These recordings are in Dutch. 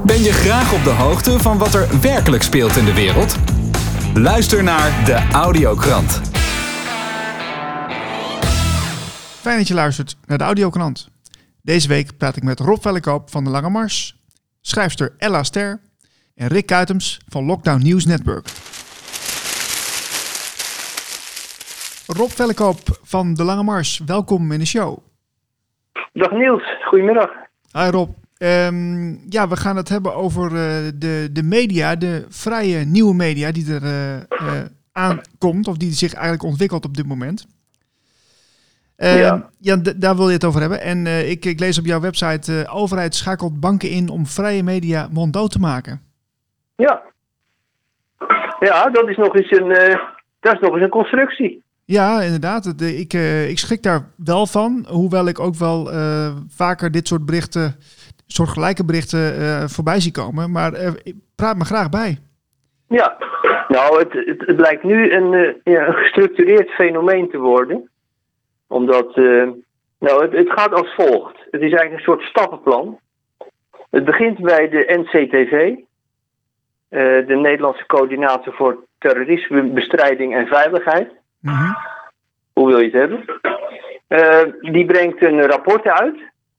Ben je graag op de hoogte van wat er werkelijk speelt in de wereld? Luister naar de Audiokrant. Fijn dat je luistert naar de Audiokrant. Deze week praat ik met Rob Vellekoop van De Lange Mars, schrijfster Ella Ster en Rick Kuitems van Lockdown News Network. Rob Vellekoop van De Lange Mars, welkom in de show. Dag Niels, goedemiddag. Hi Rob. We gaan het hebben over de media, de vrije nieuwe media die er aankomt, of die zich eigenlijk ontwikkelt op dit moment. Daar wil je het over hebben. En ik lees op jouw website, overheid schakelt banken in om vrije media monddood te maken. Ja, dat is nog eens een constructie. Ja, inderdaad. Ik schrik daar wel van, hoewel ik ook wel vaker dit soort berichten, soortgelijke berichten voorbij zie komen. Maar praat me graag bij. Ja, nou, het blijkt nu een gestructureerd fenomeen te worden. Omdat, het gaat als volgt. Het is eigenlijk een soort stappenplan. Het begint bij de NCTV, de Nederlandse Coördinator voor Terrorismebestrijding en Veiligheid. Mm-hmm. Hoe wil je het hebben? Die brengt een rapport uit.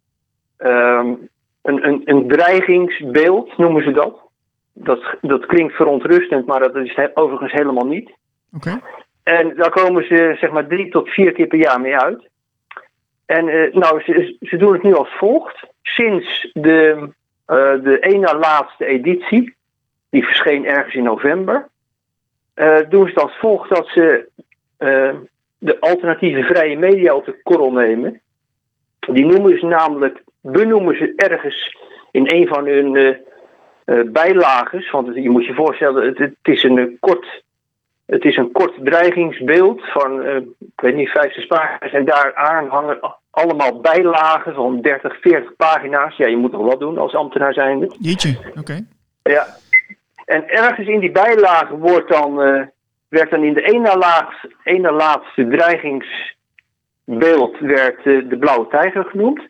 Een dreigingsbeeld noemen ze dat. Dat klinkt verontrustend, maar dat is overigens helemaal niet. Okay. En daar komen ze zeg maar 3 tot 4 keer per jaar mee uit. En ze doen het nu als volgt. Sinds de één na laatste editie, die verscheen ergens in november, doen ze het als volgt dat ze de alternatieve vrije media op de korrel nemen. Die benoemen ze ergens in een van hun bijlages. Want je moet je voorstellen, het is een kort dreigingsbeeld van, 5, 6 pagina's. En daaraan hangen allemaal bijlagen van 30, 40 pagina's. Ja, je moet nog wat doen als ambtenaar zijnde. Jeetje, oké. Ja. En ergens in die bijlagen werd dan in de één na laatste dreigingsbeeld werd de blauwe tijger genoemd.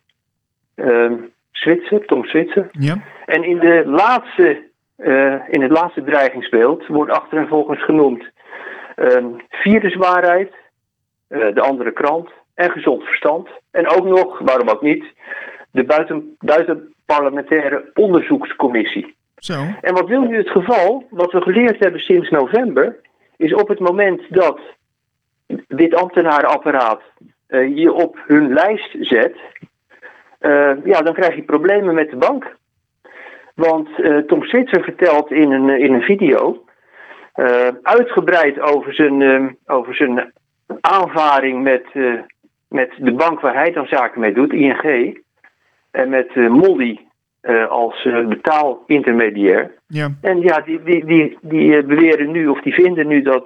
Tom Switzer. Ja. En in het laatste dreigingsbeeld wordt achtereenvolgens genoemd viruswaarheid, de andere krant en gezond verstand. En ook nog, waarom ook niet, de buitenparlementaire onderzoekscommissie. Zo. En wat wil nu het geval? Wat we geleerd hebben sinds november, is op het moment dat dit ambtenarenapparaat je op hun lijst zet, dan krijg je problemen met de bank. Want Tom Switzer vertelt in een video uitgebreid over zijn aanvaring met de bank waar hij dan zaken mee doet, ING, en met Molly als betaalintermediair. Ja. En ja, die beweren nu, of die vinden nu dat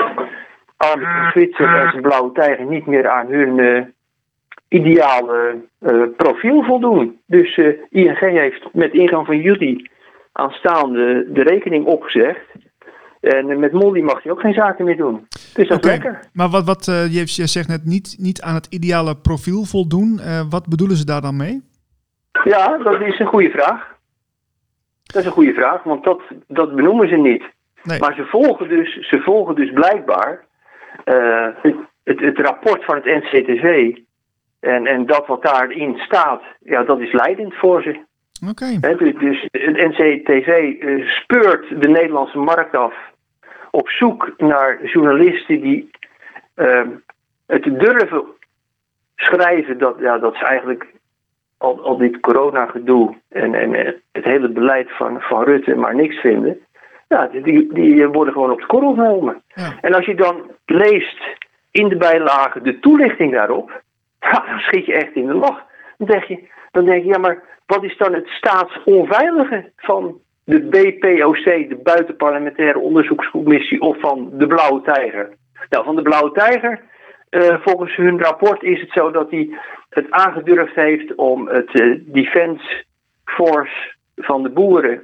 Arne Switzer en zijn blauwe tijger niet meer aan hun ideale profiel voldoen. Dus ING heeft met ingang van juli aanstaande de rekening opgezegd. En met Molly mag hij ook geen zaken meer doen. Dus dat is lekker. Maar je zegt net niet aan het ideale profiel voldoen. Wat bedoelen ze daar dan mee? Ja, dat is een goede vraag. Dat is een goede vraag, want dat benoemen ze niet. Nee. Maar ze volgen dus blijkbaar het rapport van het NCTV. En dat wat daarin staat, ja, dat is leidend voor ze. Oké. Dus het NCTV speurt de Nederlandse markt af op zoek naar journalisten die het durven schrijven dat ze eigenlijk al dit coronagedoe en het hele beleid van Rutte maar niks vinden. Ja, die worden gewoon op de korrel genomen. Ja. En als je dan leest in de bijlagen de toelichting daarop, ja, dan schiet je echt in de lach. Dan denk je, ja, maar wat is dan het staatsonveilige van de BPOC, de Buitenparlementaire Onderzoekscommissie, of van de Blauwe Tijger? Nou, van de Blauwe Tijger, volgens hun rapport is het zo dat hij het aangedurfd heeft om het Defense Force van de boeren,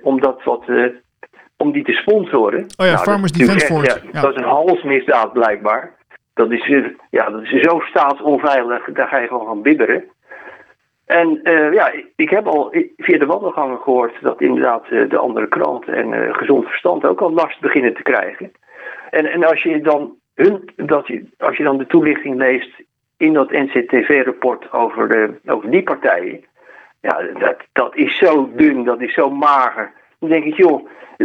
om die te sponsoren. Oh ja, Farmers Defense Force. Ja. Dat is een halsmisdaad blijkbaar. Dat is zo staatsonveilig, daar ga je gewoon van bibberen. En ik heb al via de wandelgangen gehoord dat inderdaad de andere kranten en Gezond Verstand ook al last beginnen te krijgen. En als je dan de toelichting leest in dat NCTV-rapport over die partijen, ja, dat is zo dun, dat is zo mager. Dan denk ik, joh,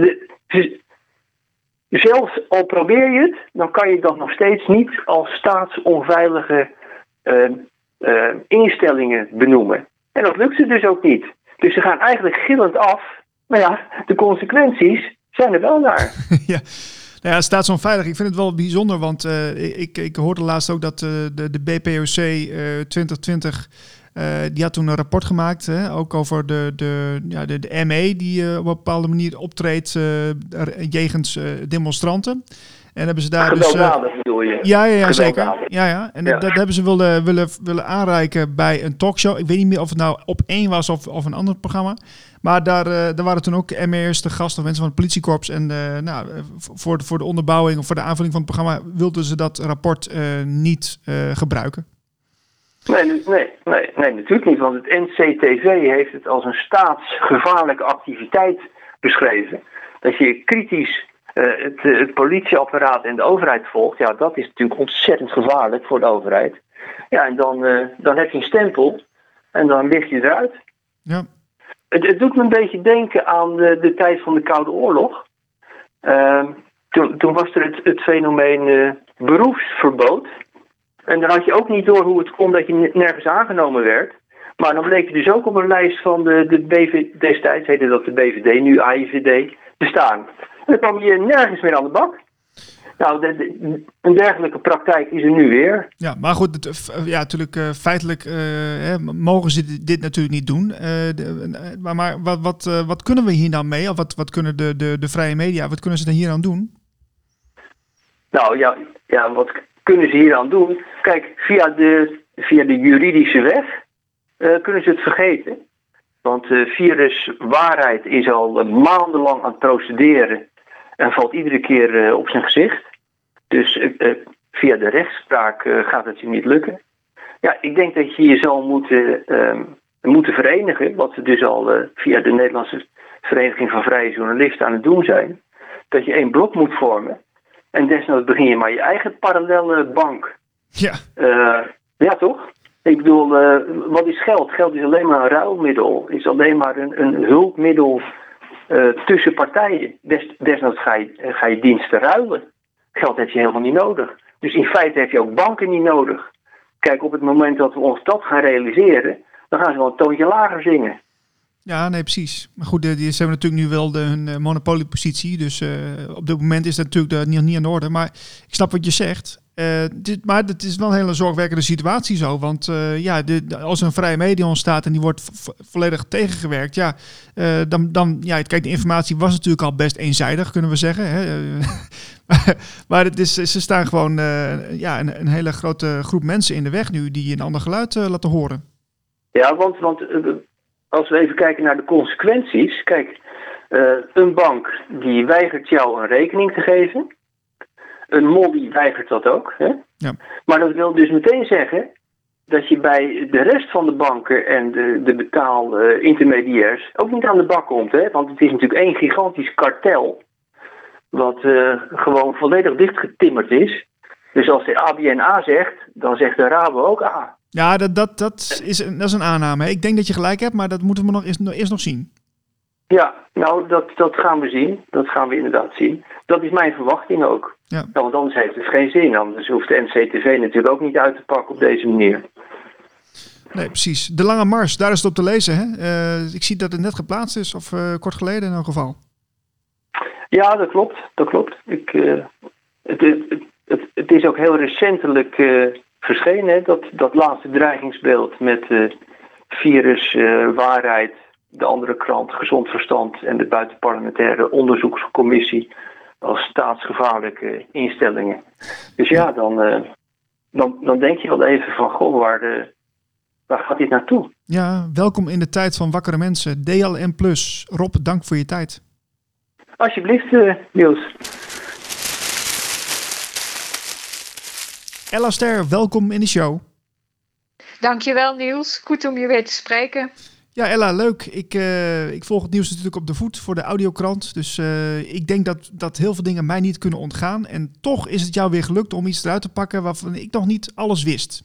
zelfs al probeer je het, dan kan je dat nog steeds niet als staatsonveilige instellingen benoemen. En dat lukt ze dus ook niet. Dus ze gaan eigenlijk gillend af. Maar ja, de consequenties zijn er wel naar. Ja. Nou ja, staatsonveilig. Ik vind het wel bijzonder, want ik hoorde laatst ook dat de BPOC 2020... die had toen een rapport gemaakt, ook over de ME die op een bepaalde manier optreedt jegens demonstranten. En hebben ze daar gewelddadig bedoel je? Ja, zeker. Ja. En dat hebben ze willen aanreiken bij een talkshow. Ik weet niet meer of het nou op 1 was of een ander programma. Maar daar waren toen ook ME'ers te gast of mensen van het politiekorps. En voor de onderbouwing of voor de aanvulling van het programma wilden ze dat rapport niet gebruiken. Nee, natuurlijk niet. Want het NCTV heeft het als een staatsgevaarlijke activiteit beschreven. Dat je kritisch het politieapparaat en de overheid volgt. Ja, dat is natuurlijk ontzettend gevaarlijk voor de overheid. Ja, en dan heb je een stempel en dan lig je eruit. Ja. Het doet me een beetje denken aan de tijd van de Koude Oorlog. Toen was er het fenomeen beroepsverbod. En dan had je ook niet door hoe het kon dat je nergens aangenomen werd. Maar dan bleek je dus ook op een lijst van de BVD, destijds heette dat de BVD, nu AIVD, te staan. En dan kwam je nergens meer aan de bak. Nou, een dergelijke praktijk is er nu weer. Ja, maar goed, natuurlijk feitelijk mogen ze dit natuurlijk niet doen. Maar wat kunnen we hier nou mee? Of wat kunnen de vrije media, wat kunnen ze er hier aan doen? Nou ja, wat kunnen ze hier aan doen? Kijk, via de juridische weg kunnen ze het vergeten. Want viruswaarheid is al maandenlang aan het procederen en valt iedere keer op zijn gezicht. Dus via de rechtspraak gaat het je niet lukken. Ja, ik denk dat je je zal moeten verenigen, wat we dus al via de Nederlandse Vereniging van Vrije Journalisten aan het doen zijn. Dat je 1 blok moet vormen. En desnoods begin je maar je eigen parallele bank. Ja. Ja, toch? Ik bedoel, wat is geld? Geld is alleen maar een ruilmiddel. Is alleen maar een hulpmiddel tussen partijen. Desnoods ga je diensten ruilen. Geld heb je helemaal niet nodig. Dus in feite heb je ook banken niet nodig. Kijk, op het moment dat we ons dat gaan realiseren, dan gaan ze wel een toontje lager zingen. Ja, nee, precies. Maar goed, ze hebben natuurlijk nu wel hun monopoliepositie. Dus op dit moment is dat natuurlijk niet aan de orde. Maar ik snap wat je zegt. Maar het is wel een hele zorgwekkende situatie zo. Want als er een vrije media ontstaat en die wordt volledig tegengewerkt. Ja, kijk, de informatie was natuurlijk al best eenzijdig, kunnen we zeggen. Hè? Maar ze staan gewoon een hele grote groep mensen in de weg nu die een ander geluid laten horen. Ja, want als we even kijken naar de consequenties. Kijk, een bank die weigert jou een rekening te geven. Een mol die weigert dat ook. Hè? Ja. Maar dat wil dus meteen zeggen dat je bij de rest van de banken en de betaalintermediairs ook niet aan de bak komt. Hè? Want het is natuurlijk 1 gigantisch kartel. Wat gewoon volledig dichtgetimmerd is. Dus als de ABN A zegt, dan zegt de Rabo ook A. Ja, dat is een aanname. Ik denk dat je gelijk hebt, maar dat moeten we eerst nog zien. Ja, nou, dat gaan we zien. Dat gaan we inderdaad zien. Dat is mijn verwachting ook. Ja. Nou, want anders heeft het geen zin. Anders hoeft de NCTV natuurlijk ook niet uit te pakken op deze manier. Nee, precies. De Lange Mars, daar is het op te lezen. Hè? Ik zie dat het net geplaatst is, of kort geleden in elk geval. Ja, dat klopt. Het is ook heel recentelijk verschenen, hè? Dat laatste dreigingsbeeld met virus, waarheid, de andere krant, Gezond Verstand en de buitenparlementaire onderzoekscommissie als staatsgevaarlijke instellingen. Dus ja, dan denk je wel even van, goh, waar gaat dit naartoe? Ja, welkom in de tijd van wakkere mensen. DLM+. Rob, dank voor je tijd. Alsjeblieft, Niels. Ella Ster, welkom in de show. Dankjewel Niels, goed om je weer te spreken. Ja, Ella, leuk. Ik volg het nieuws natuurlijk op de voet voor de Audiokrant. Dus ik denk dat heel veel dingen mij niet kunnen ontgaan. En toch is het jou weer gelukt om iets eruit te pakken waarvan ik nog niet alles wist.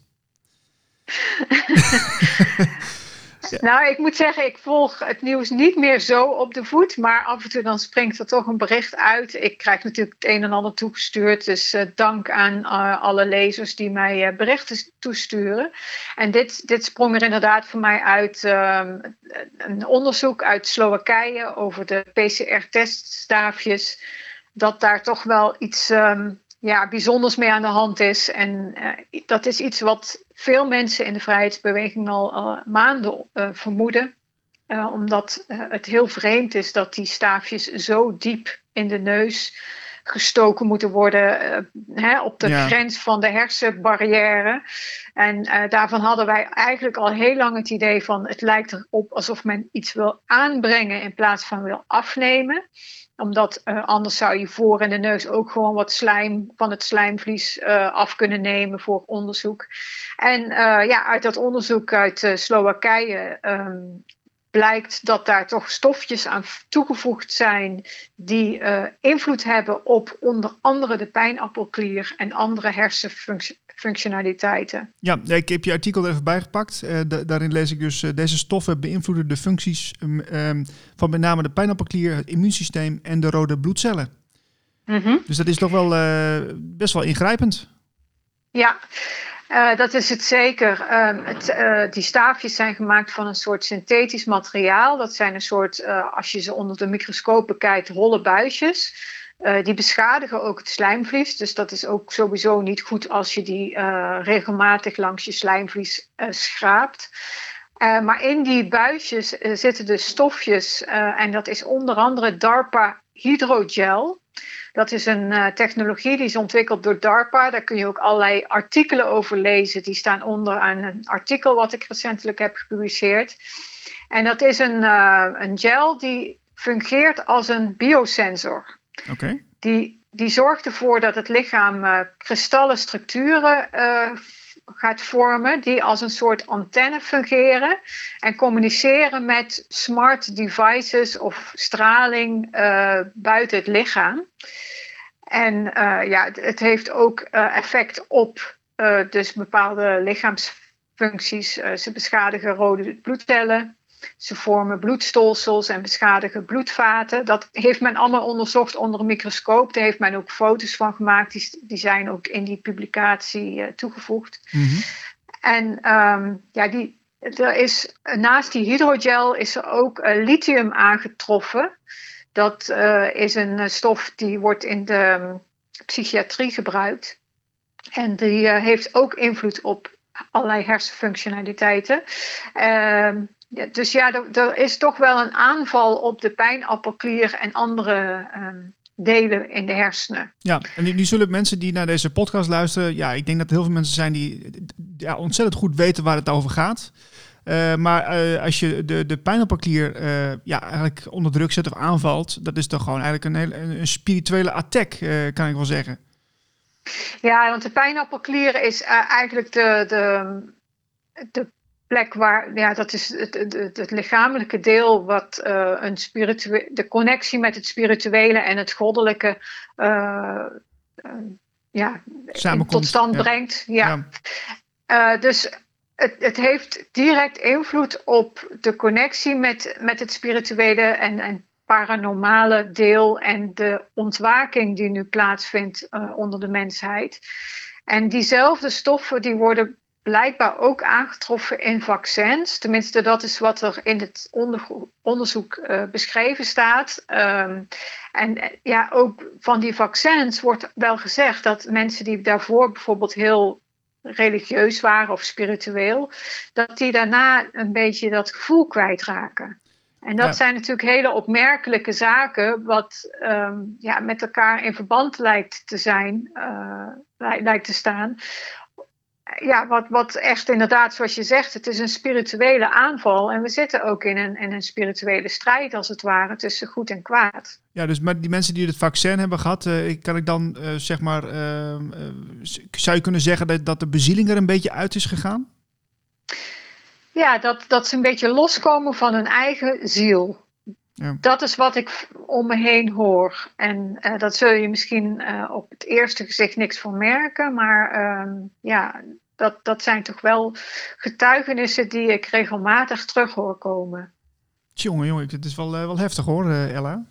Ja. Nou, ik moet zeggen, ik volg het nieuws niet meer zo op de voet. Maar af en toe dan springt er toch een bericht uit. Ik krijg natuurlijk het een en ander toegestuurd. Dus dank aan alle lezers die mij berichten toesturen. En dit sprong er inderdaad voor mij uit een onderzoek uit Slowakije over de PCR-teststaafjes. Dat daar toch wel iets bijzonders mee aan de hand is. En dat is iets wat veel mensen in de vrijheidsbeweging al maanden vermoeden. Omdat het heel vreemd is dat die staafjes zo diep in de neus gestoken moeten worden. Op de grens van de hersenbarrière. En daarvan hadden wij eigenlijk al heel lang het idee van het lijkt erop alsof men iets wil aanbrengen in plaats van wil afnemen. Omdat anders zou je voor in de neus ook gewoon wat slijm van het slijmvlies af kunnen nemen voor onderzoek. En uit dat onderzoek uit Slowakije blijkt dat daar toch stofjes aan toegevoegd zijn die invloed hebben op onder andere de pijnappelklier en andere hersenfunctionaliteiten. Ja, ik heb je artikel er even bijgepakt. Daarin lees ik dus deze stoffen beïnvloeden de functies van met name de pijnappelklier, het immuunsysteem en de rode bloedcellen. Mm-hmm. Dus dat is toch wel best wel ingrijpend. Ja. Dat is het zeker. Die staafjes zijn gemaakt van een soort synthetisch materiaal. Dat zijn een soort, als je ze onder de microscoop bekijkt, holle buisjes. Die beschadigen ook het slijmvlies. Dus dat is ook sowieso niet goed als je die regelmatig langs je slijmvlies schraapt. Maar in die buisjes zitten dus stofjes. En dat is onder andere DARPA hydrogel. Dat is een technologie die is ontwikkeld door DARPA. Daar kun je ook allerlei artikelen over lezen. Die staan onder aan een artikel wat ik recentelijk heb gepubliceerd. En dat is een gel die fungeert als een biosensor. Okay. Die zorgt ervoor dat het lichaam kristallen structuren gaat vormen die als een soort antenne fungeren en communiceren met smart devices of straling buiten het lichaam. En het heeft ook effect op dus bepaalde lichaamsfuncties. Ze beschadigen rode bloedcellen, ze vormen bloedstolsels en beschadigen bloedvaten. Dat heeft men allemaal onderzocht onder een microscoop. Daar heeft men ook foto's van gemaakt. Die zijn ook in die publicatie toegevoegd. Mm-hmm. En er is, naast die hydrogel is er ook lithium aangetroffen. Dat is een stof die wordt in de psychiatrie gebruikt. En die heeft ook invloed op allerlei hersenfunctionaliteiten. Dus er is toch wel een aanval op de pijnappelklier en andere delen in de hersenen. Ja, en nu zullen mensen die naar deze podcast luisteren, ja, ik denk dat er heel veel mensen zijn die ontzettend goed weten waar het over gaat. Maar als je de pijnappelklier eigenlijk onder druk zet of aanvalt, dat is toch gewoon eigenlijk een spirituele attack, kan ik wel zeggen. Ja, want de pijnappelklier is eigenlijk de plek waar, dat is het lichamelijke deel wat de connectie met het spirituele en het goddelijke tot stand brengt. Ja. Dus het heeft direct invloed op de connectie met het spirituele en paranormale deel en de ontwaking die nu plaatsvindt onder de mensheid. En diezelfde stoffen die worden blijkbaar ook aangetroffen in vaccins. Tenminste, dat is wat er in het onderzoek beschreven staat. Ook van die vaccins wordt wel gezegd dat mensen die daarvoor bijvoorbeeld heel religieus waren of spiritueel, dat die daarna een beetje dat gevoel kwijtraken. En dat zijn natuurlijk hele opmerkelijke zaken wat met elkaar in verband lijkt te staan. Ja, wat echt inderdaad, zoals je zegt, het is een spirituele aanval. En we zitten ook in een spirituele strijd, als het ware, tussen goed en kwaad. Ja, dus maar die mensen die het vaccin hebben gehad, kan ik dan zou je kunnen zeggen dat de bezieling er een beetje uit is gegaan? Ja, dat ze een beetje loskomen van hun eigen ziel. Ja. Dat is wat ik om me heen hoor. En dat zul je misschien op het eerste gezicht niks van merken. Maar dat zijn toch wel getuigenissen die ik regelmatig terug hoor komen. Jongen, het is wel heftig hoor, Ella.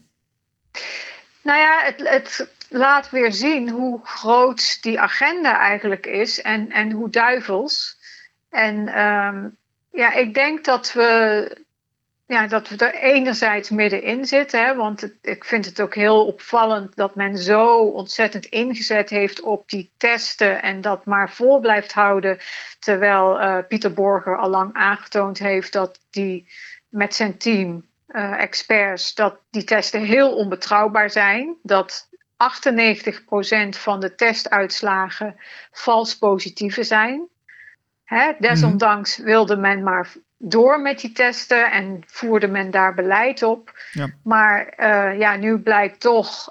Nou ja, het laat weer zien hoe groot die agenda eigenlijk is en hoe duivels. En ik denk dat we er enerzijds middenin zitten. Hè, want ik vind het ook heel opvallend dat men zo ontzettend ingezet heeft op die testen en dat maar vol blijft houden. Terwijl Pieter Borger al lang aangetoond heeft dat die met zijn team experts, dat die testen heel onbetrouwbaar zijn. Dat 98% van de testuitslagen vals positieve zijn. Desondanks wilde men maar door met die testen en voerde men daar beleid op. Ja. Maar nu blijkt toch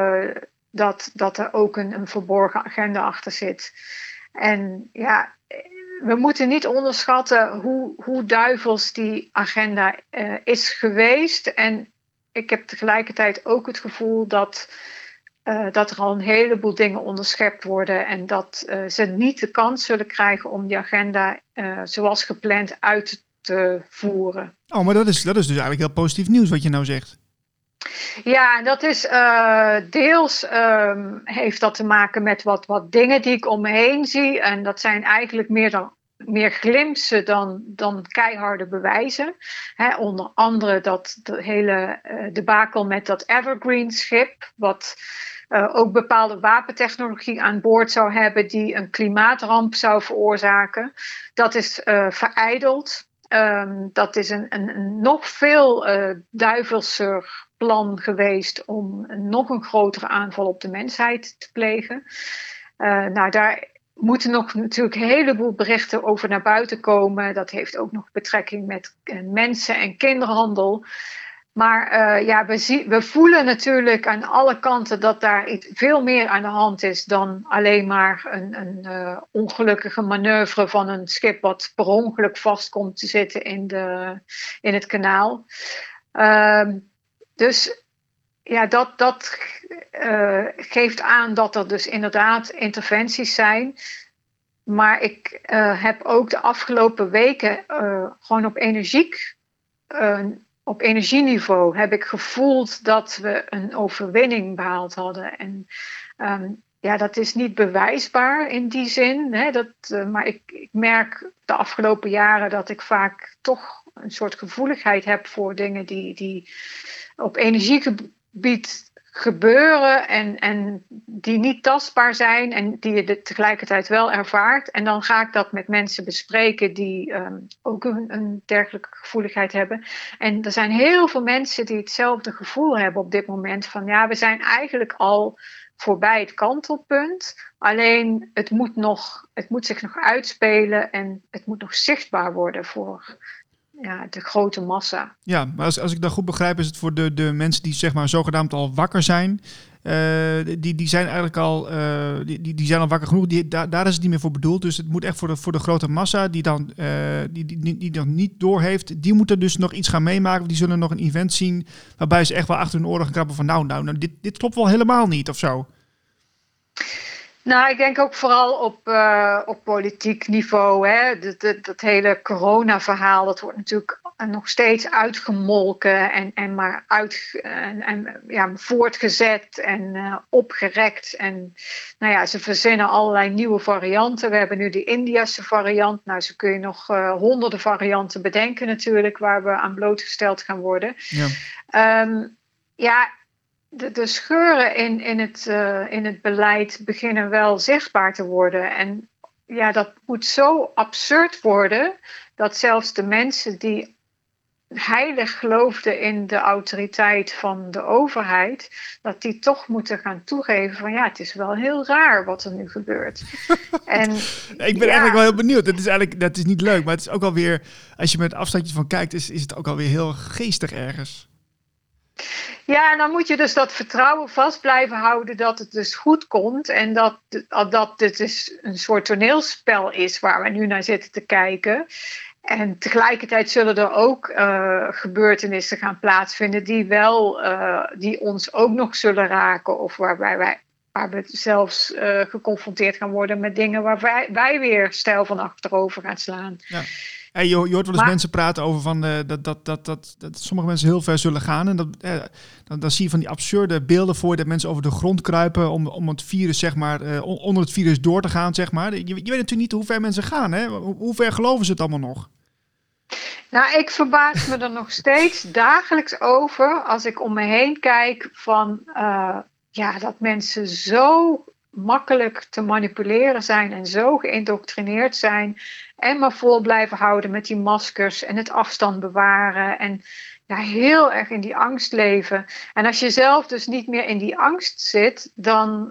dat er ook een verborgen agenda achter zit. En ja, we moeten niet onderschatten hoe duivels die agenda is geweest. En ik heb tegelijkertijd ook het gevoel dat er al een heleboel dingen onderschept worden en dat ze niet de kans zullen krijgen om die agenda zoals gepland uit te voeren. Oh, maar dat is dus eigenlijk heel positief nieuws wat je nou zegt. Ja, en dat is deels heeft dat te maken met wat dingen die ik om me heen zie. En dat zijn eigenlijk meer glimpsen dan keiharde bewijzen. Onder andere dat de hele debakel met dat Evergreen-schip, wat ook bepaalde wapentechnologie aan boord zou hebben die een klimaatramp zou veroorzaken. Dat is verijdeld. Dat is een nog veel duivelser plan geweest om nog een grotere aanval op de mensheid te plegen. Daar moeten nog natuurlijk een heleboel berichten over naar buiten komen. Dat heeft ook nog betrekking met mensen- en kinderhandel. Maar we voelen natuurlijk aan alle kanten dat daar veel meer aan de hand is dan alleen maar een ongelukkige manoeuvre van een schip wat per ongeluk vast komt te zitten in het kanaal. Dus ja, dat geeft aan dat er dus inderdaad interventies zijn. Maar ik heb ook de afgelopen weken gewoon op energieniveau heb ik gevoeld dat we een overwinning behaald hadden. En dat is niet bewijsbaar in die zin. Maar ik merk de afgelopen jaren dat ik vaak toch een soort gevoeligheid heb voor dingen die op energiegebied gebeuren en die niet tastbaar zijn en die je tegelijkertijd wel ervaart. En dan ga ik dat met mensen bespreken die ook een dergelijke gevoeligheid hebben. En er zijn heel veel mensen die hetzelfde gevoel hebben op dit moment van ja, we zijn eigenlijk al voorbij het kantelpunt. Alleen het moet zich nog uitspelen en het moet nog zichtbaar worden voor de grote massa. Ja, maar als ik dat goed begrijp, is het voor de mensen die zeg maar zogenaamd al wakker zijn. Die zijn eigenlijk al, die zijn al wakker genoeg. Daar is het niet meer voor bedoeld. Dus het moet echt voor de grote massa die dan niet doorheeft. Die moeten dus nog iets gaan meemaken. Die zullen nog een event zien waarbij ze echt wel achter hun oren gaan krabben van nou, dit klopt wel helemaal niet of zo. Nou, ik denk ook vooral op politiek niveau. Hè. Dat hele corona-verhaal, dat wordt natuurlijk nog steeds uitgemolken en voortgezet en opgerekt. En ze verzinnen allerlei nieuwe varianten. We hebben nu de Indiase variant. Nou, zo kun je nog honderden varianten bedenken natuurlijk, waar we aan blootgesteld gaan worden. Ja. De scheuren in het beleid beginnen wel zichtbaar te worden. En ja, dat moet zo absurd worden dat zelfs de mensen die heilig geloofden in de autoriteit van de overheid, dat die toch moeten gaan toegeven van het is wel heel raar wat er nu gebeurt. En ik ben eigenlijk wel heel benieuwd. Dat is niet leuk, maar het is ook alweer, als je met afstandjes van kijkt, is het ook alweer heel geestig ergens. Ja, en dan moet je dus dat vertrouwen vast blijven houden dat het dus goed komt. En dat dit dus een soort toneelspel is waar we nu naar zitten te kijken. En tegelijkertijd zullen er ook gebeurtenissen gaan plaatsvinden die ons ook nog zullen raken. Of waar we zelfs geconfronteerd gaan worden met dingen waar wij weer stijl van achterover gaan slaan. Ja. Hey, je hoort wel eens mensen praten over dat sommige mensen heel ver zullen gaan. En dan zie je van die absurde beelden voor je dat mensen over de grond kruipen om het virus, zeg maar, onder het virus door te gaan, zeg maar. Je weet natuurlijk niet hoe ver mensen gaan, hè? Hoe ver geloven ze het allemaal nog? Nou, ik verbaas me er nog steeds dagelijks over als ik om me heen kijk van dat mensen zo makkelijk te manipuleren zijn en zo geïndoctrineerd zijn en maar vol blijven houden met die maskers en het afstand bewaren en heel erg in die angst leven. En als je zelf dus niet meer in die angst zit, dan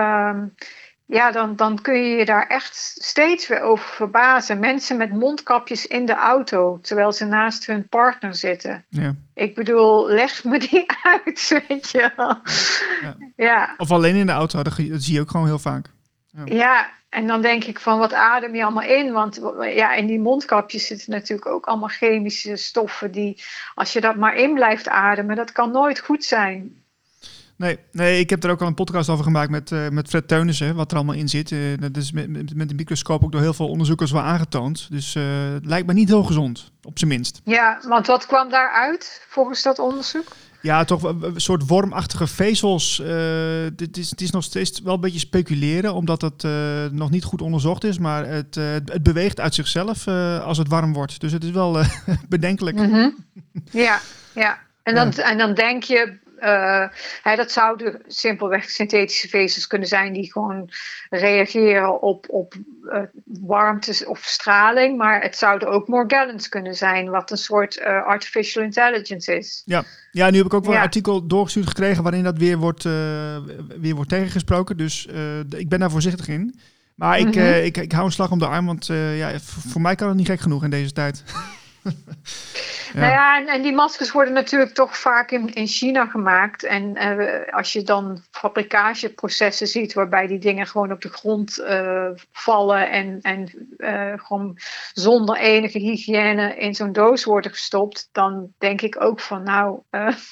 kun je je daar echt steeds weer over verbazen. Mensen met mondkapjes in de auto, terwijl ze naast hun partner zitten. Ja. Ik bedoel, leg me die uit, weet je wel. Ja. Of alleen in de auto, dat zie je ook gewoon heel vaak. Ja, en dan denk ik van, wat adem je allemaal in? Want in die mondkapjes zitten natuurlijk ook allemaal chemische stoffen die, als je dat maar in blijft ademen, dat kan nooit goed zijn. Nee, ik heb er ook al een podcast over gemaakt met Fred Teunissen, wat er allemaal in zit. Dat is met een microscoop ook door heel veel onderzoekers wel aangetoond. Dus het lijkt me niet heel gezond, op zijn minst. Ja, want wat kwam daaruit volgens dat onderzoek? Ja, toch een soort wormachtige vezels. Het is nog steeds wel een beetje speculeren, omdat het nog niet goed onderzocht is. Maar het beweegt uit zichzelf als het warm wordt. Dus het is wel bedenkelijk. Mm-hmm. Ja. En dan denk je, dat zouden simpelweg synthetische vezels kunnen zijn die gewoon reageren op warmte of straling. Maar het zouden ook Morgellons kunnen zijn, wat een soort artificial intelligence is. Ja, nu heb ik ook wel een artikel doorgestuurd gekregen waarin dat weer wordt tegengesproken. Dus ik ben daar voorzichtig in. Maar ik hou een slag om de arm, want voor mij kan het niet gek genoeg in deze tijd. Ja. Nou ja, en die maskers worden natuurlijk toch vaak in China gemaakt. En als je dan fabrikageprocessen ziet waarbij die dingen gewoon op de grond vallen en gewoon zonder enige hygiëne in zo'n doos worden gestopt, dan denk ik ook van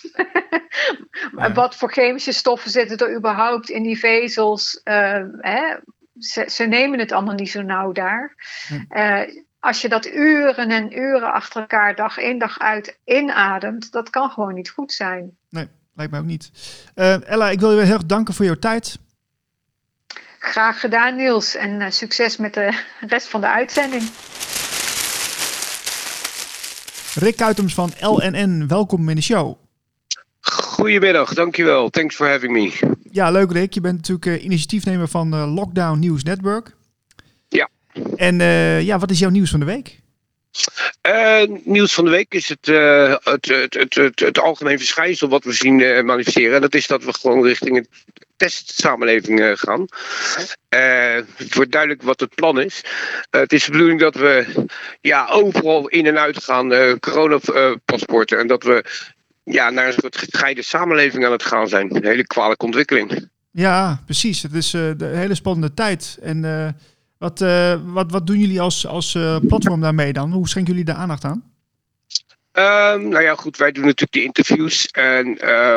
wat voor chemische stoffen zitten er überhaupt in die vezels? Ze nemen het allemaal niet zo nauw daar. Als je dat uren en uren achter elkaar dag in dag uit inademt, dat kan gewoon niet goed zijn. Nee, lijkt mij ook niet. Ella, ik wil je heel erg danken voor jouw tijd. Graag gedaan, Niels. En succes met de rest van de uitzending. Rick Kuitems van LNN, welkom in de show. Goedemiddag, dankjewel. Thanks for having me. Ja, leuk Rick. Je bent natuurlijk initiatiefnemer van Lockdown News Network. Ja. En wat is jouw nieuws van de week? Nieuws van de week is het algemeen verschijnsel wat we zien manifesteren. Dat is dat we gewoon richting een testsamenleving gaan. Het wordt duidelijk wat het plan is. Het is de bedoeling dat we overal in en uit gaan coronapaspoorten. En dat we naar een soort gescheiden samenleving aan het gaan zijn. Een hele kwalijke ontwikkeling. Ja, precies. Het is een hele spannende tijd. En wat doen jullie als platform daarmee dan? Hoe schenken jullie daar aandacht aan? Goed, wij doen natuurlijk de interviews. En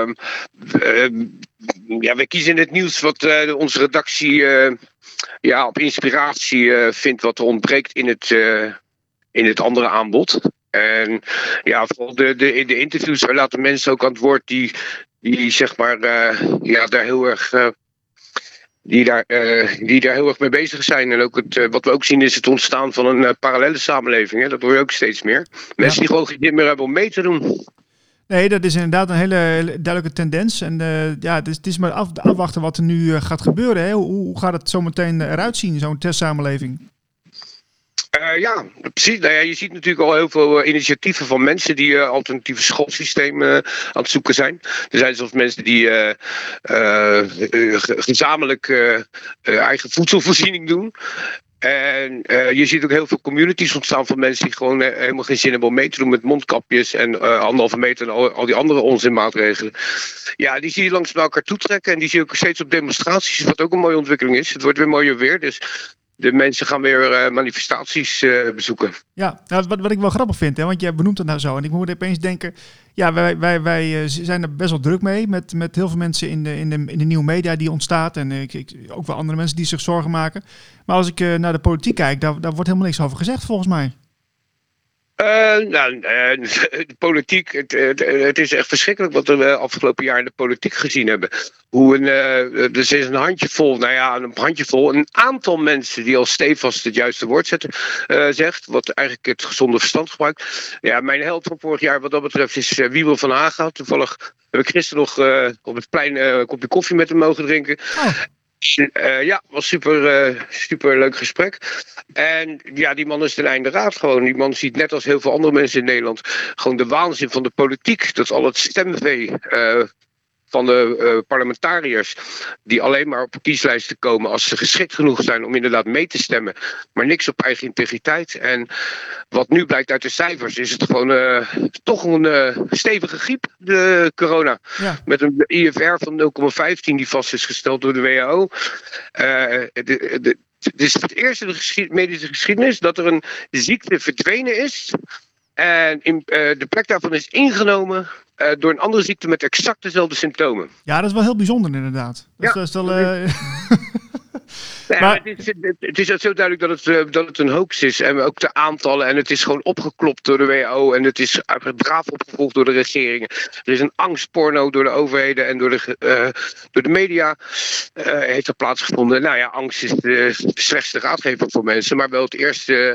wij kiezen het nieuws wat onze redactie op inspiratie vindt wat er ontbreekt in het andere aanbod. En vooral de interviews, wij laten mensen ook aan het woord die zeg maar daar heel erg die daar heel erg mee bezig zijn. En ook wat we ook zien is het ontstaan van een parallele samenleving. Hè? Dat hoor je ook steeds meer. Mensen die gewoon geen zin meer hebben om mee te doen. Nee, dat is inderdaad een hele duidelijke tendens. En het is maar afwachten wat er nu gaat gebeuren. Hè? Hoe gaat het zo meteen eruit zien, zo'n testsamenleving? Precies. Je ziet natuurlijk al heel veel initiatieven van mensen die alternatieve schoolsystemen aan het zoeken zijn. Er zijn zelfs mensen die gezamenlijk eigen voedselvoorziening doen. En je ziet ook heel veel communities ontstaan van mensen die gewoon helemaal geen zin hebben om mee te doen met mondkapjes en 1,5 meter en al die andere onzinmaatregelen. Ja, die zie je langs bij elkaar toetrekken en die zie je ook steeds op demonstraties, wat ook een mooie ontwikkeling is. Het wordt weer mooier weer, dus de mensen gaan weer manifestaties bezoeken. Ja, nou, wat ik wel grappig vind, hè, want jij benoemt het nou zo. En ik moet opeens denken, ja, wij zijn er best wel druk mee met heel veel mensen in de nieuwe media die ontstaat. En ook wel andere mensen die zich zorgen maken. Maar als ik naar de politiek kijk, daar wordt helemaal niks over gezegd volgens mij. De politiek, het is echt verschrikkelijk wat we afgelopen jaar in de politiek gezien hebben. Er is een handjevol, een aantal mensen die al stevast het juiste woord zegt, wat eigenlijk het gezonde verstand gebruikt. Ja, mijn held van vorig jaar wat dat betreft is Wiebel van Haga. Toevallig heb ik gisteren nog op het plein een kopje koffie met hem mogen drinken. Oh. Was super leuk gesprek. En ja, die man is ten einde raad gewoon. Die man ziet net als heel veel andere mensen in Nederland gewoon de waanzin van de politiek. Dat al het stemvee van de parlementariërs die alleen maar op kieslijsten komen als ze geschikt genoeg zijn om inderdaad mee te stemmen, maar niks op eigen integriteit. En wat nu blijkt uit de cijfers is het gewoon toch een stevige griep, de corona. Ja. Met een IFR van 0,15 die vast is gesteld door de WHO. Het is het eerste in de medische geschiedenis dat er een ziekte verdwenen is en de plek daarvan is ingenomen door een andere ziekte met exact dezelfde symptomen. Ja, dat is wel heel bijzonder inderdaad. Dat is wel, maar het is zo duidelijk dat het een hoax is. En ook de aantallen. En het is gewoon opgeklopt door de WHO. En het is braaf opgevolgd door de regeringen. Er is een angstporno door de overheden en door de media heeft er plaatsgevonden. Nou ja, angst is de slechtste raadgever voor mensen. Maar wel het eerste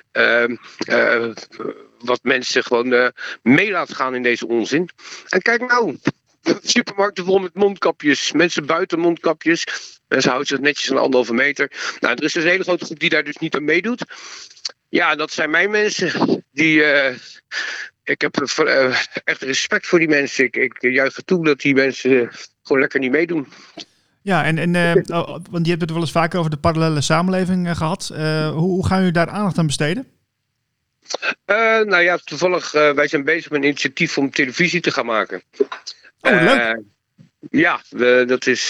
wat mensen gewoon mee laat gaan in deze onzin. En kijk nou, supermarkten vol met mondkapjes. Mensen buiten mondkapjes. Mensen houden zich netjes aan 1,5 meter. Nou, er is dus een hele grote groep die daar dus niet aan meedoet. Ja, dat zijn mijn mensen. Ik heb echt respect voor die mensen. Ik juich toe dat die mensen gewoon lekker niet meedoen. Ja, want je hebt het wel eens vaker over de parallele samenleving gehad. Hoe gaan jullie daar aandacht aan besteden? Toevallig, wij zijn bezig met een initiatief om televisie te gaan maken. Oh, leuk. Ja, dat is.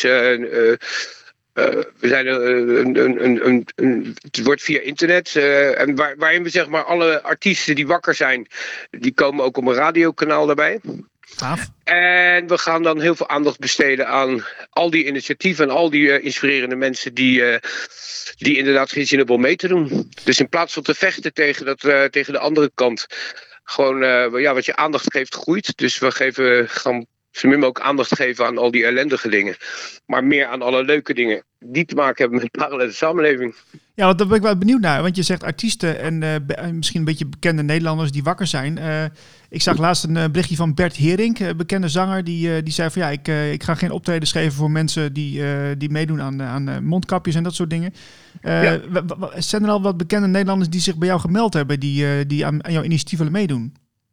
We zijn het wordt via internet. En waarin we zeg maar alle artiesten die wakker zijn, die komen ook op een radiokanaal daarbij. Gaaf. En we gaan dan heel veel aandacht besteden aan al die initiatieven en al die inspirerende mensen die inderdaad geen zin hebben om mee te doen. Dus in plaats van te vechten tegen de andere kant, gewoon wat je aandacht geeft groeit. Dus we gaan zo min mogelijk aandacht geven aan al die ellendige dingen. Maar meer aan alle leuke dingen die te maken hebben met parallele samenleving. Ja, want daar ben ik wel benieuwd naar. Want je zegt artiesten en misschien een beetje bekende Nederlanders die wakker zijn. Ik zag laatst een berichtje van Bert Herink, bekende zanger. Die zei van ik ga geen optredens geven voor mensen die meedoen aan mondkapjes en dat soort dingen. Zijn er al wat bekende Nederlanders die zich bij jou gemeld hebben die aan jouw initiatief willen meedoen?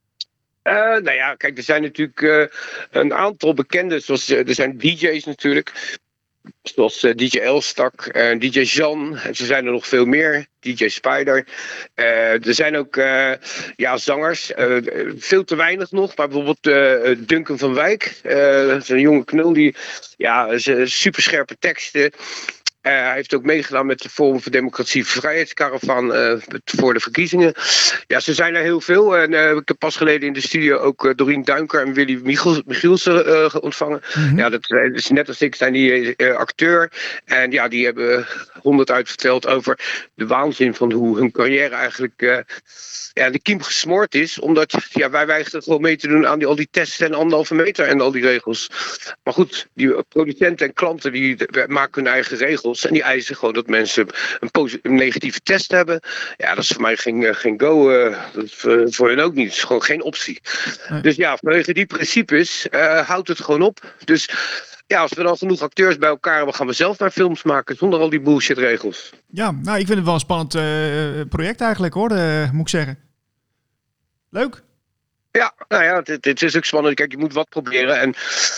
Kijk, er zijn natuurlijk een aantal bekende, zoals er zijn DJ's natuurlijk, zoals DJ Elstak en DJ Jan, en zo zijn er nog veel meer, DJ Spider. Er zijn ook zangers, veel te weinig nog, maar bijvoorbeeld Duncan van Wijk, dat is een jonge knul die super scherpe teksten. Hij heeft ook meegedaan met de Forum voor Democratie Vrijheidskaravan voor de verkiezingen. Ja, ze zijn er heel veel. En ik heb pas geleden in de studio ook Dorien Duinker en Willy Michielsen ontvangen. Mm-hmm. Ja, dat is net als ik, zijn die acteur. En ja, die hebben 100 uitverteld over de waanzin van hoe hun carrière eigenlijk de kiem gesmoord is. Omdat wij weigeren gewoon mee te doen aan al die testen en 1,5 meter en al die regels. Maar goed, die producenten en klanten die maken hun eigen regels. En die eisen gewoon dat mensen een negatieve test hebben. Ja, dat is voor mij geen go. Dat is voor hen ook niet. Het is gewoon geen optie. Nee. Dus ja, vanwege die principes houdt het gewoon op. Dus ja, als we dan genoeg acteurs bij elkaar hebben, gaan we zelf maar films maken zonder al die bullshit regels. Ja, nou, ik vind het wel een spannend project eigenlijk hoor, moet ik zeggen. Leuk. Ja, nou ja, het is ook spannend. Kijk, je moet wat proberen en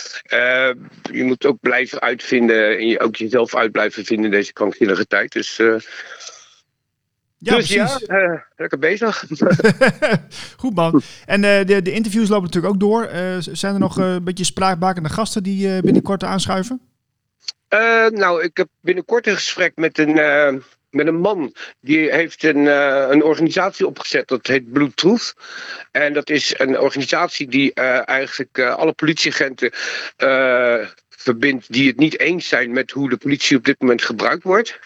je moet ook blijven uitvinden en ook jezelf uit blijven vinden in deze krankzinnige tijd. Dus Ja, dus precies. Lekker bezig. Goed man. En de interviews lopen natuurlijk ook door. Zijn er nog een beetje spraakmakende gasten die binnenkort aanschuiven? Ik heb binnenkort een gesprek met een man. Die heeft een organisatie opgezet. Dat heet Blue Truth. En dat is een organisatie die eigenlijk alle politieagenten verbindt die het niet eens zijn met hoe de politie op dit moment gebruikt wordt.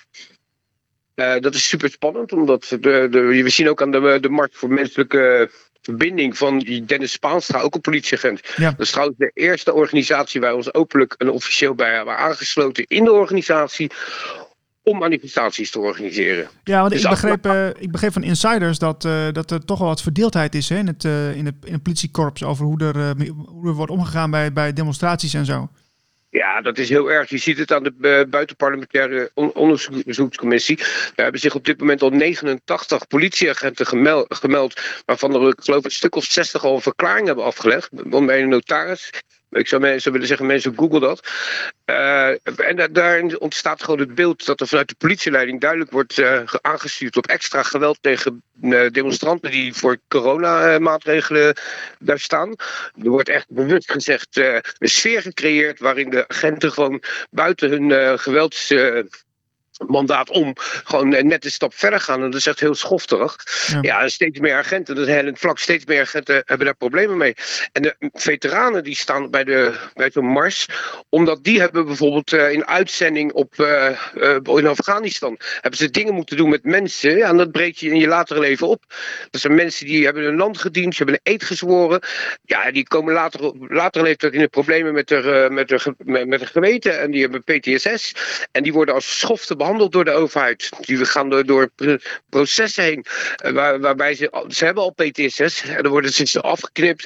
Dat is super spannend, omdat we zien ook aan de Markt voor Menselijke Verbinding van die Dennis Spaanstra, ook een politieagent. Ja. Dat is trouwens de eerste organisatie waar we ons openlijk en officieel bij hebben aangesloten in de organisatie om manifestaties te organiseren. Ja, want dus ik begreep van insiders dat er toch wel wat verdeeldheid is in het politiekorps over hoe er wordt omgegaan bij demonstraties en zo. Ja, dat is heel erg. Je ziet het aan de buitenparlementaire onderzoekscommissie. Daar hebben zich op dit moment al 89 politieagenten gemeld, waarvan er, ik geloof, een stuk of 60 al een verklaring hebben afgelegd bij een notaris. Ik zou willen zeggen, mensen, google dat. En daar ontstaat gewoon het beeld dat er vanuit de politieleiding duidelijk wordt aangestuurd op extra geweld tegen demonstranten die voor coronamaatregelen daar staan. Er wordt echt bewust gezegd een sfeer gecreëerd waarin de agenten gewoon buiten hun geweldsmandaat om gewoon net een stap verder gaan. En dat is echt heel schofterig. Ja, steeds meer agenten, dat is hellend vlak, steeds meer agenten hebben daar problemen mee. En de veteranen die staan bij zo'n mars, omdat die hebben bijvoorbeeld in uitzending in Afghanistan, hebben ze dingen moeten doen met mensen, ja, en dat breek je in je latere leven op. Dat zijn mensen die hebben hun land gediend, ze hebben een eed gezworen, ja, die komen later leeftijd in de problemen met de geweten en die hebben PTSS en die worden als schoften behandeld door de overheid. Die gaan door processen heen waarbij ze hebben al PTSS en dan worden ze afgeknipt.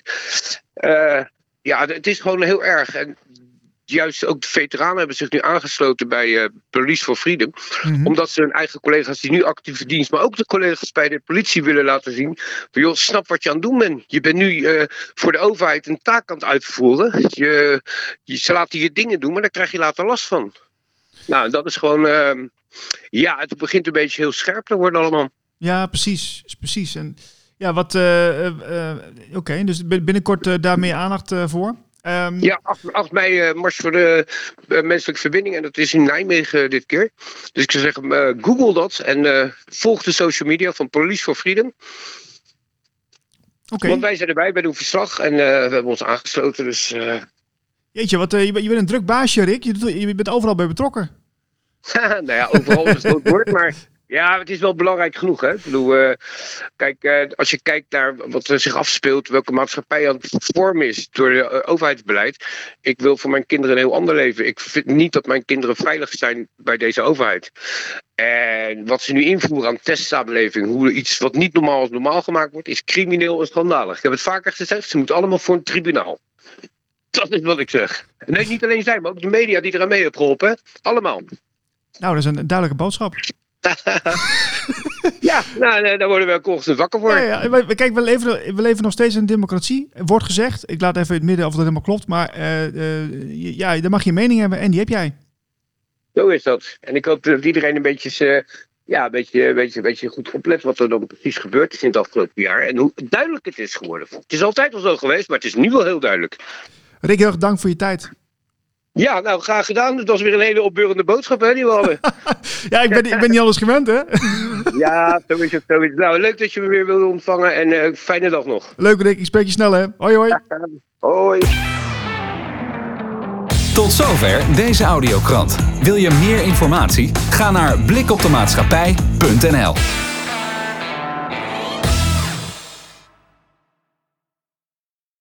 Het is gewoon heel erg. En juist ook de veteranen hebben zich nu aangesloten bij Police for Freedom. Mm-hmm. Omdat ze hun eigen collega's die nu actieve dienst, maar ook de collega's bij de politie willen laten zien. Van, joh, snap wat je aan het doen bent. Je bent nu voor de overheid een taak aan het uitvoeren. Ze laten je dingen doen, maar daar krijg je later last van. Nou, dat is gewoon... het begint een beetje heel scherp te worden allemaal. Ja, precies. En ja, oké, dus binnenkort daar meer aandacht voor. 8 mei Mars voor de Menselijke Verbinding. En dat is in Nijmegen dit keer. Dus ik zou zeggen, google dat. En volg de social media van Police for Freedom. Okay. Want wij zijn erbij bij doen verslag. En we hebben ons aangesloten. Dus... Jeetje, je bent een druk baasje, Rick. Je bent overal bij betrokken. Nou ja, overal is het groot woord, maar ja, het is wel belangrijk genoeg. Hè? Ik bedoel, als je kijkt naar wat er zich afspeelt, welke maatschappij aan het vormen is door de overheidsbeleid. Ik wil voor mijn kinderen een heel ander leven. Ik vind niet dat mijn kinderen veilig zijn bij deze overheid. En wat ze nu invoeren aan testsamenleving, hoe iets wat niet normaal als normaal gemaakt wordt, is crimineel en schandalig. Ik heb het vaker gezegd, ze moeten allemaal voor een tribunaal. Dat is wat ik zeg. Nee, niet alleen zij, maar ook de media die eraan mee hebben geholpen. Hè? Allemaal. Nou, dat is een duidelijke boodschap. Ja, daar worden we elke ochtend wakker voor. Ja. Kijk, we leven nog steeds in een democratie. Wordt gezegd, ik laat even in het midden of dat helemaal klopt. Maar dan mag je een mening hebben en die heb jij. Zo is dat. En ik hoop dat iedereen een beetje goed oplet wat er dan precies gebeurd is in het afgelopen jaar. En hoe duidelijk het is geworden. Het is altijd al zo geweest, maar het is nu wel heel duidelijk. Rick, heel erg dank voor je tijd. Ja, nou, graag gedaan. Dat was weer een hele opbeurende boodschap, hè, die we hadden. Ja, ik ben niet alles gewend, hè? Ja, zo is het. Nou, leuk dat je me weer wilde ontvangen en fijne dag nog. Leuk, Rick. Ik spreek je snel, hè? Hoi, hoi. Hoi. Tot zover deze audiokrant. Wil je meer informatie? Ga naar blikopdemaatschappij.nl.